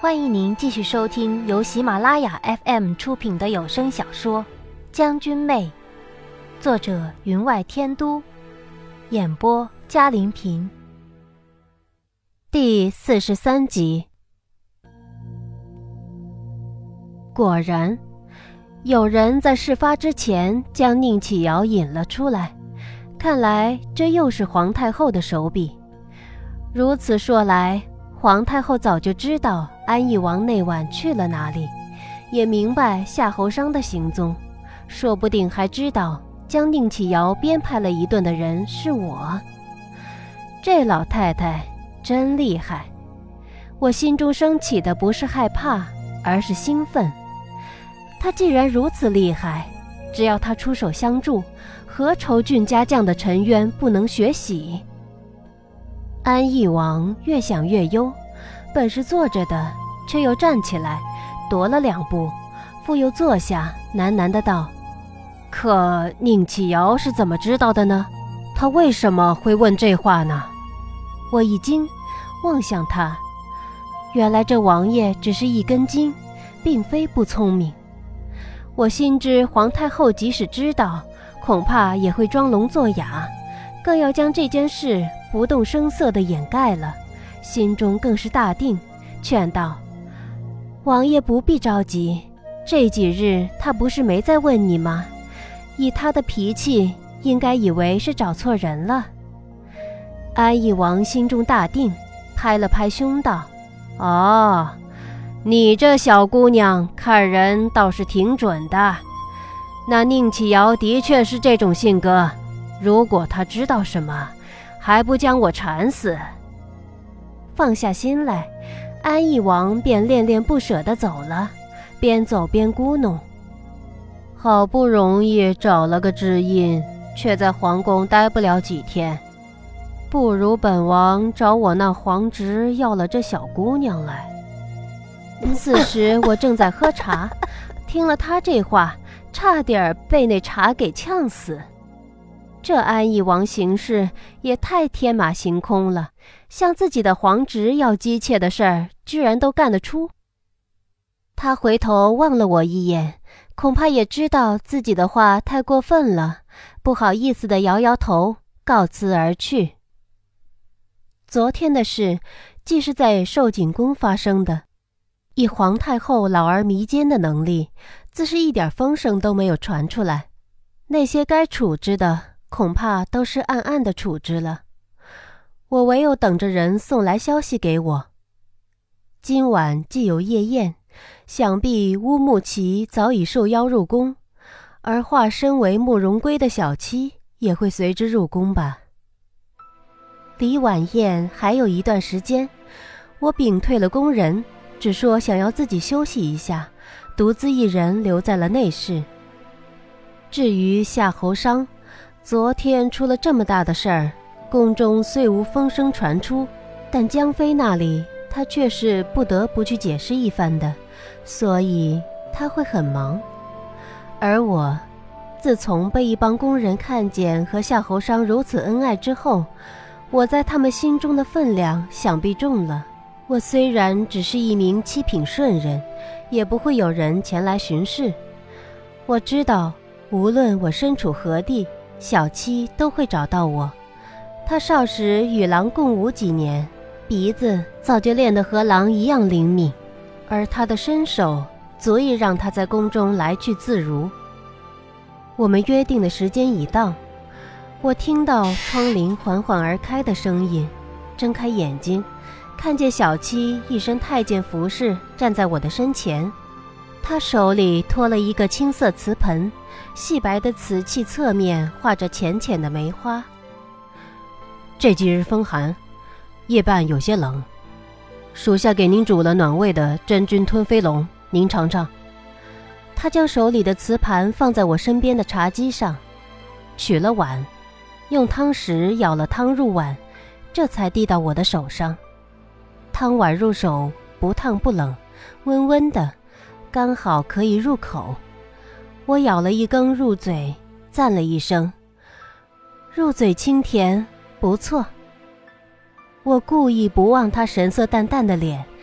欢迎您继续收听由喜马拉雅 FM 出品的有声小说《将军妹》，作者云外天都，演播嘉玲平，第43集。果然，有人在事发之前将宁启尧引了出来，看来这又是皇太后的手笔。如此说来，皇太后早就知道安义王那晚去了哪里，也明白夏侯商的行踪，说不定还知道将宁启尧编排了一顿的人是我。这老太太真厉害，我心中升起的不是害怕，而是兴奋。她既然如此厉害，只要她出手相助，何愁俊家将的沉冤不能学习？安义王越想越忧，本是坐着的，却又站起来，踱了2步，复又坐下，喃喃的道：“可宁启尧是怎么知道的呢？他为什么会问这话呢？”我一惊，望向他，原来这王爷只是一根筋，并非不聪明。我心知皇太后即使知道，恐怕也会装聋作哑，更要将这件事不动声色地掩盖了，心中更是大定，劝道：“王爷不必着急，这几日他不是没在问你吗？以他的脾气，应该以为是找错人了。”安义王心中大定，拍了拍胸道：“哦，你这小姑娘看人倒是挺准的。那宁启尧的确是这种性格，如果他知道什么，还不将我缠死？”放下心来，安义王便恋恋不舍地走了，边走边咕哝：“好不容易找了个知音，却在皇宫待不了几天，不如本王找我那皇侄要了这小姑娘来。”此时我正在喝茶，听了他这话，差点被那茶给呛死。这安义王行事也太天马行空了，向自己的皇侄要姬妾的事儿，居然都干得出。他回头望了我一眼，恐怕也知道自己的话太过分了，不好意思地摇摇头，告辞而去。昨天的事既是在寿景宫发生的，以皇太后老而弥坚的能力，自是一点风声都没有传出来，那些该处置的恐怕都是暗暗的处置了。我唯有等着人送来消息给我。今晚既有夜宴，想必乌木齐早已受邀入宫，而化身为慕容归的小妻也会随之入宫吧。离晚宴还有一段时间，我屏退了宫人，只说想要自己休息一下，独自一人留在了内室。至于夏侯商，昨天出了这么大的事儿，宫中虽无风声传出，但江妃那里他却是不得不去解释一番的，所以他会很忙。而我自从被一帮宫人看见和夏侯商如此恩爱之后，我在他们心中的分量想必重了。我虽然只是一名七品顺人，也不会有人前来巡视。我知道无论我身处何地，小七都会找到我。他少时与狼共舞几年，鼻子早就练得和狼一样灵敏，而他的身手足以让他在宫中来去自如。我们约定的时间已到，我听到窗棂缓缓而开的声音，睁开眼睛，看见小七一身太监服饰站在我的身前，他手里托了一个青色瓷盆，细白的瓷器侧面画着浅浅的梅花。这几日风寒，夜半有些冷，属下给您煮了暖胃的真菌吞飞龙，您尝尝。他将手里的瓷盘放在我身边的茶几上，取了碗，用汤匙舀了汤入碗，这才递到我的手上。汤碗入手不烫不冷，温温的，刚好可以入口。我咬了一羹入嘴，赞了一声：“入嘴清甜，不错。”我故意不望他神色淡淡的脸，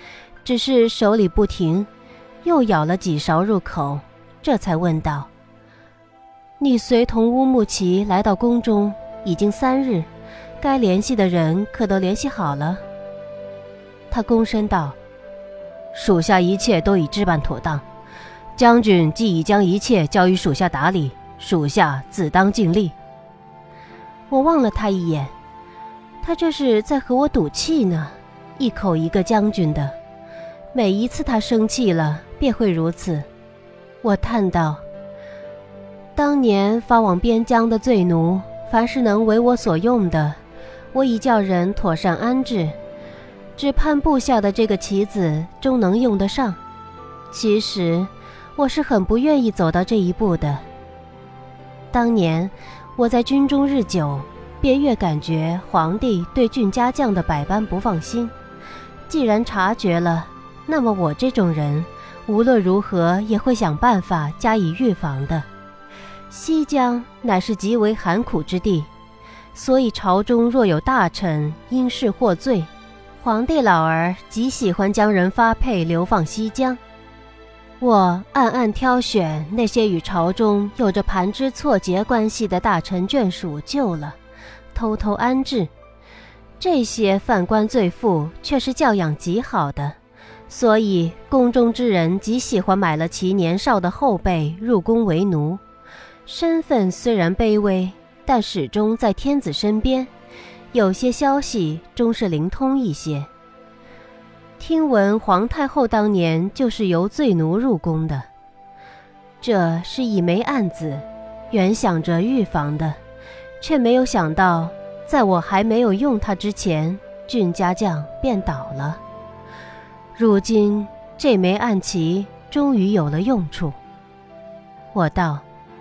只是手里不停，又舀了几勺入口，这才问道：你随同乌木齐来到宫中已经3日，该联系的人可都联系好了？他躬身道：属下一切都已置办妥当，将军既已将一切交于属下打理，属下自当尽力。我望了他一眼，他这是在和我赌气呢，一口一个将军的，每一次他生气了便会如此。我叹道：当年发往边疆的罪奴，凡是能为我所用的，我已叫人妥善安置，只盼部下的这个棋子终能用得上。其实我是很不愿意走到这一步的。当年我在军中日久，便越感觉皇帝对郡家将的百般不放心。既然察觉了，那么我这种人无论如何也会想办法加以预防的。西疆乃是极为寒苦之地，所以朝中若有大臣因事获罪，皇帝老儿极喜欢将人发配流放西疆。我暗暗挑选那些与朝中有着盘枝错节关系的大臣眷属救了，偷偷安置。这些犯官罪妇却是教养极好的，所以宫中之人极喜欢买了其年少的后辈入宫为奴。身份虽然卑微，但始终在天子身边，有些消息终是灵通一些。听闻皇太后当年就是由罪奴入宫的，这是一枚案子，原想着预防的，却没有想到在我还没有用它之前，郡家将便倒了。如今这枚暗棋终于有了用处。我道：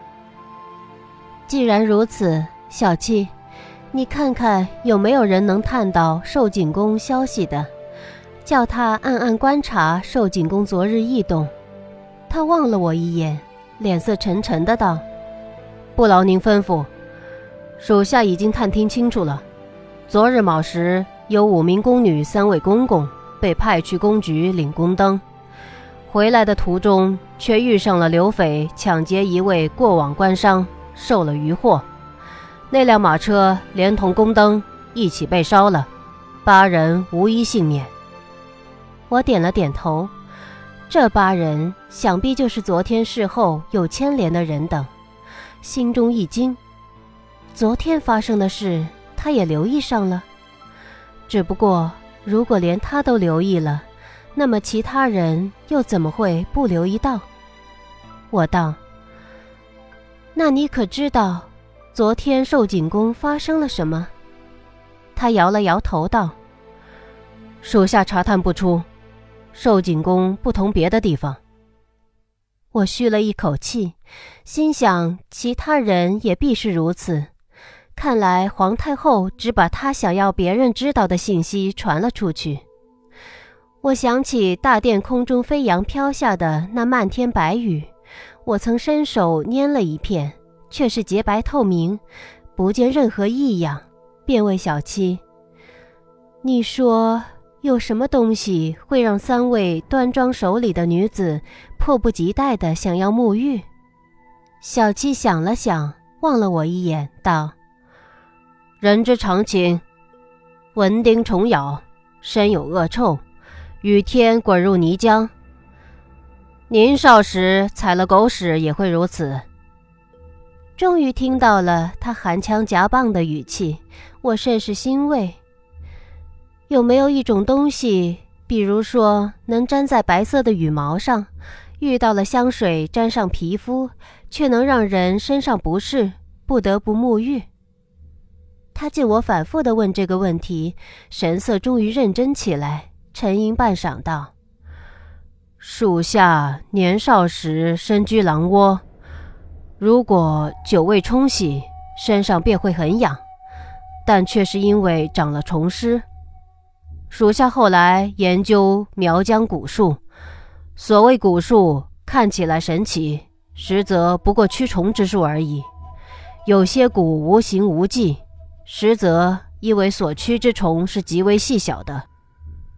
既然如此，小七，你看看有没有人能探到寿景公消息的，叫他暗暗观察寿景公昨日异动。他望了我一眼，脸色沉沉的道：不劳您吩咐，属下已经探听清楚了。昨日卯时，有5名宫女3位公公被派去公局领宫灯，回来的途中却遇上了流匪抢劫一位过往官商，受了渔获。那辆马车连同宫灯一起被烧了，8人无一幸免。我点了点头，这8人想必就是昨天事后有牵连的人等，心中一惊。昨天发生的事他也留意上了，只不过如果连他都留意了，那么其他人又怎么会不留意到？我道：那你可知道昨天寿景公发生了什么？他摇了摇头道：属下查探不出，寿景公不同别的地方。我吁了一口气，心想其他人也必是如此，看来皇太后只把她想要别人知道的信息传了出去。我想起大殿空中飞扬飘下的那漫天白雨，我曾伸手拈了一片，却是洁白透明，不见任何异样，便问小七：你说有什么东西会让3位端庄守礼的女子迫不及待地想要沐浴？小七想了想，望了我一眼，道：人之常情，蚊叮虫咬，身有恶臭，雨天滚入泥浆。年少时踩了狗屎也会如此。终于听到了他寒枪夹棒的语气，我甚是欣慰。有没有一种东西，比如说能粘在白色的羽毛上，遇到了香水沾上皮肤，却能让人身上不适，不得不沐浴？他见我反复地问这个问题，神色终于认真起来，沉吟半晌道：属下年少时身居狼窝，如果久未冲洗，身上便会很痒，但却是因为长了虫虱。属下后来研究苗疆蛊术，所谓蛊术看起来神奇，实则不过驱虫之术而已。有些蛊无形无迹，实则因为所驱之虫是极为细小的，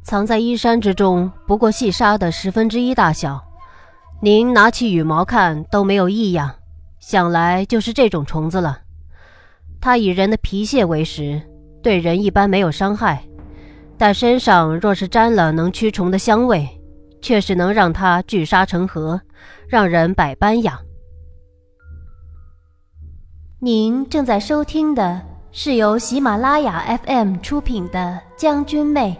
藏在衣衫之中，不过细沙的1/10大小。您拿起羽毛看都没有异样，想来就是这种虫子了。它以人的皮屑为食，对人一般没有伤害，但身上若是沾了能驱虫的香味，却是能让它聚沙成河，让人百般痒。 您正在收听的是由喜马拉雅 FM 出品的《将军妹》。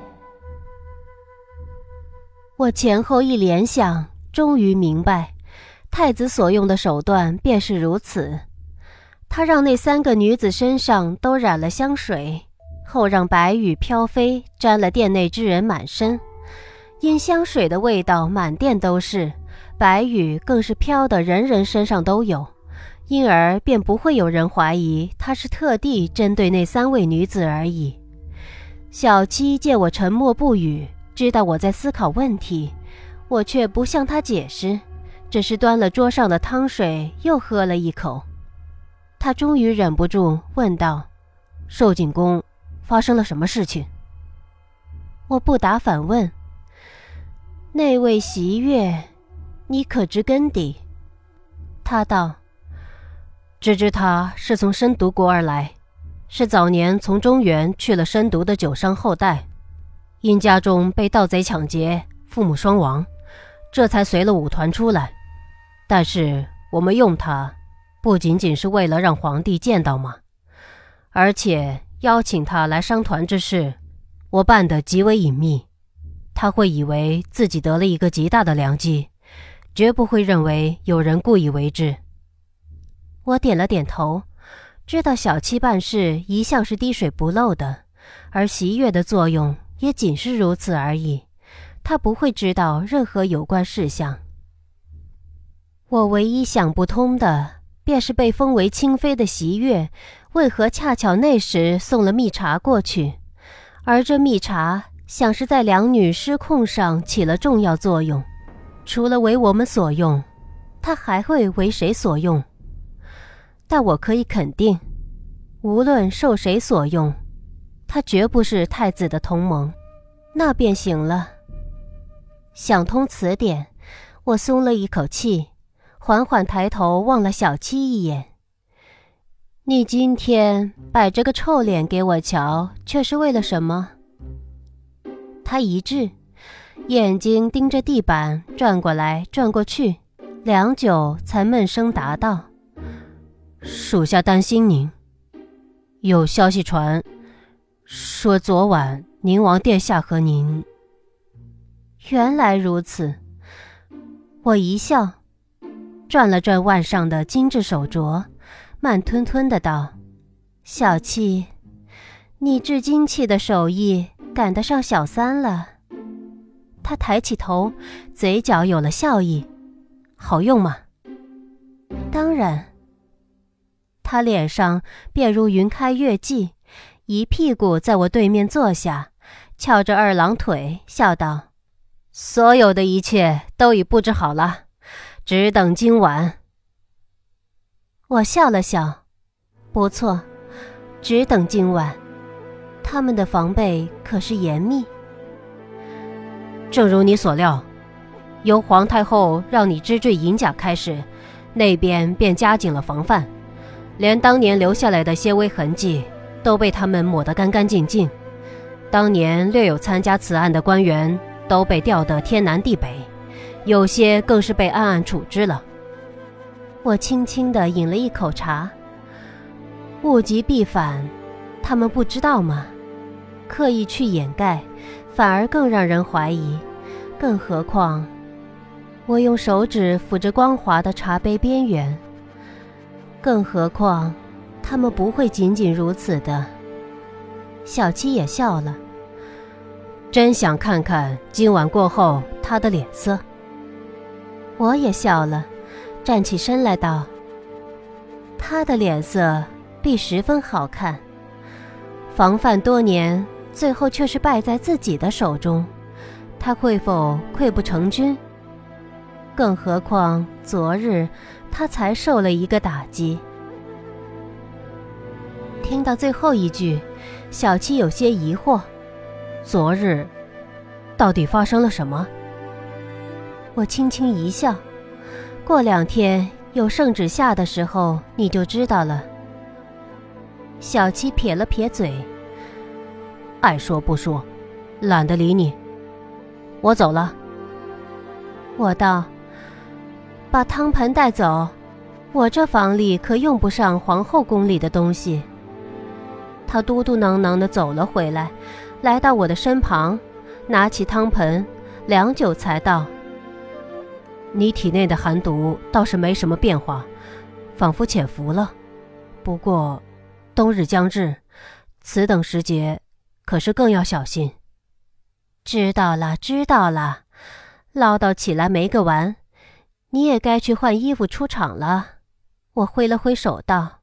我前后一联想，终于明白，太子所用的手段便是如此。他让那3个女子身上都染了香水，后让白羽飘飞，沾了殿内之人满身。因香水的味道满殿都是，白羽更是飘得人人身上都有，因而便不会有人怀疑他是特地针对那3位女子而已。小七见我沉默不语，知道我在思考问题，我却不向他解释，只是端了桌上的汤水又喝了一口。他终于忍不住问道：寿景公，发生了什么事情？我不答反问：那位袭月，你可知根底？他道：知他是从深毒国而来，是早年从中原去了深毒的酒商后代，因家中被盗贼抢劫，父母双亡，这才随了舞团出来。但是我们用他不仅仅是为了让皇帝见到吗？而且邀请他来商团之事，我办得极为隐秘，他会以为自己得了一个极大的良机，绝不会认为有人故意为之。我点了点头，知道小七办事一向是滴水不漏的，而袭月的作用也仅是如此而已，他不会知道任何有关事项。我唯一想不通的，便是被封为清妃的袭月，为何恰巧那时送了蜜茶过去，而这蜜茶像是在两女失控上起了重要作用，除了为我们所用，它还会为谁所用？但我可以肯定，无论受谁所用，他绝不是太子的同盟，那便行了。想通此点，我松了一口气，缓缓抬头望了小七一眼。你今天摆这个臭脸给我瞧，却是为了什么？他一滞，眼睛盯着地板转过来转过去，良久才闷声答道：属下担心您。有消息传，说昨晚宁王殿下和您……原来如此。我一笑，转了转腕上的精致手镯，慢吞吞的道：小七，你制金器的手艺赶得上小三了。他抬起头，嘴角有了笑意：好用吗？当然。他脸上便如云开月季，一屁股在我对面坐下，翘着二郎腿，笑道：所有的一切都已布置好了，只等今晚。我笑了笑：不错，只等今晚。他们的防备可是严密。正如你所料，由皇太后让你织坠银甲开始，那边便加紧了防范，连当年留下来的些微痕迹都被他们抹得干干净净。当年略有参加此案的官员都被调得天南地北，有些更是被暗暗处置了。我轻轻地饮了一口茶。物极必反，他们不知道吗？刻意去掩盖，反而更让人怀疑。更何况，我用手指抚着光滑的茶杯边缘。更何况，他们不会仅仅如此的。小七也笑了。真想看看今晚过后他的脸色。我也笑了，站起身来道：他的脸色必十分好看。防范多年，最后却是败在自己的手中，他会否溃不成军？更何况昨日他才受了一个打击。听到最后一句，小七有些疑惑：昨日到底发生了什么？ 我轻轻一笑，过2天有圣旨下的时候，你就知道了。小七撇了撇嘴， 爱说不说，懒得理你，我走了。 我道，把汤盆带走，我这房里可用不上皇后宫里的东西。他嘟嘟囔囔地走了回来，来到我的身旁，拿起汤盆，良久才道， 你体内的寒毒倒是没什么变化，仿佛潜伏了。不过冬日将至，此等时节可是更要小心。 知道了，知道了，唠叨起来没个完，你也该去换衣服出场了。我挥了挥手道。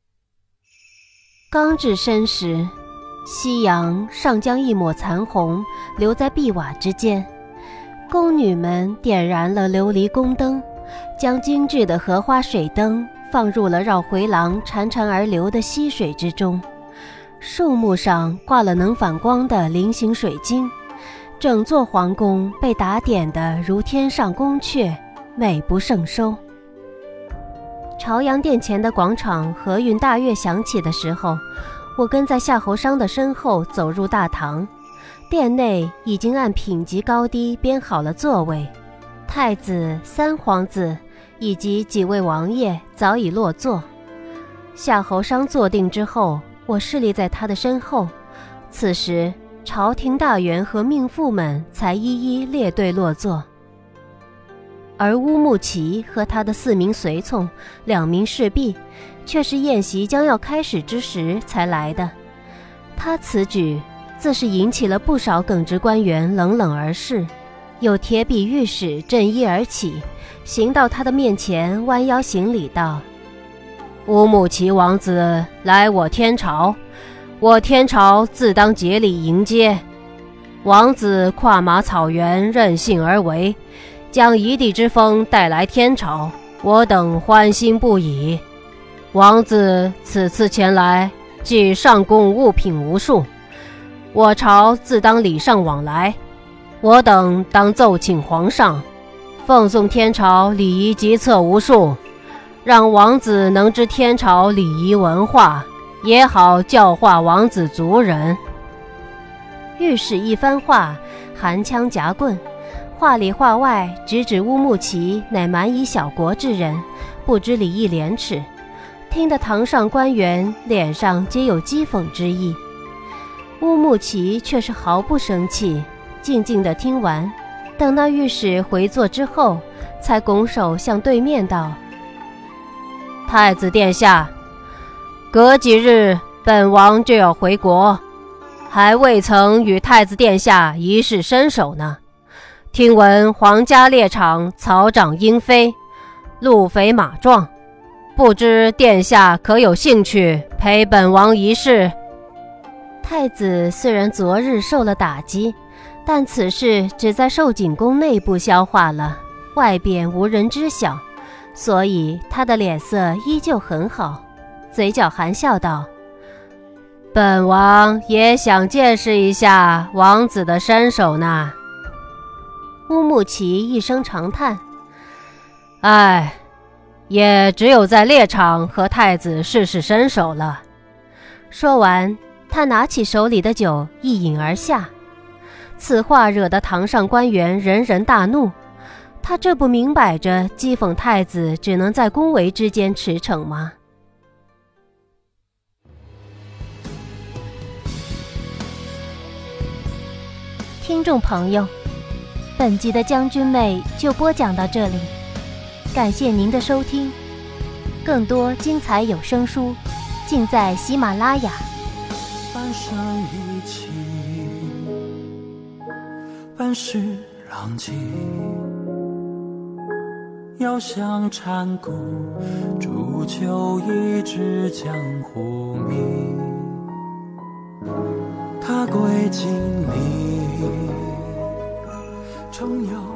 刚至申时，夕阳尚将一抹残红留在碧瓦之间，宫女们点燃了琉璃宫灯，将精致的荷花水灯放入了绕回廊潺潺而流的溪水之中。树木上挂了能反光的菱形水晶，整座皇宫被打点得如天上宫阙，美不胜收。朝阳殿前的广场和韵大乐响起的时候，我跟在夏侯商的身后走入大堂。殿内已经按品级高低编好了座位，太子、三皇子以及几位王爷早已落座。夏侯商坐定之后，我侍立在他的身后。此时朝廷大员和命妇们才一一列队落座，而乌木齐和他的4名随从、2名侍婢却是宴席将要开始之时才来的。他此举自是引起了不少耿直官员冷冷而视，有铁臂御史振衣而起，行到他的面前，弯腰行礼道： 乌木齐王子来我天朝，我天朝自当竭力迎接。王子跨马草原，任性而为，将一地之风带来天朝，我等欢欣不已。王子此次前来，既上贡物品无数，我朝自当礼尚往来，我等当奏请皇上，奉送天朝礼仪级策无数，让王子能知天朝礼仪文化，也好教化王子族人。 御史一番话，寒枪夹棍，话里话外直指乌木齐乃蛮夷小国之人，不知礼义廉耻，听得堂上官员脸上皆有讥讽之意。乌木齐却是毫不生气，静静地听完。等那御史回座之后，才拱手向对面道： 太子殿下，隔几日本王就要回国，还未曾与太子殿下一试身手呢。听闻皇家猎场草长莺飞，鹿肥马壮，不知殿下可有兴趣陪本王一试？ 太子虽然昨日受了打击，但此事只在寿景宫内部消化了，外边无人知晓，所以他的脸色依旧很好，嘴角含笑道： 本王也想见识一下王子的身手呢。 乌木齐一声长叹： 唉，也只有在猎场和太子试试身手了。 说完，他拿起手里的酒一饮而下。此话惹得堂上官员人人大怒，他这不明摆着讥讽太子只能在宫闱之间驰骋吗？听众朋友，本集的将军妹就播讲到这里，感谢您的收听，更多精彩有声书尽在喜马拉雅。 半生一起，半世浪迹，遥想禅谷，煮酒一支江湖名。他归锦里，重游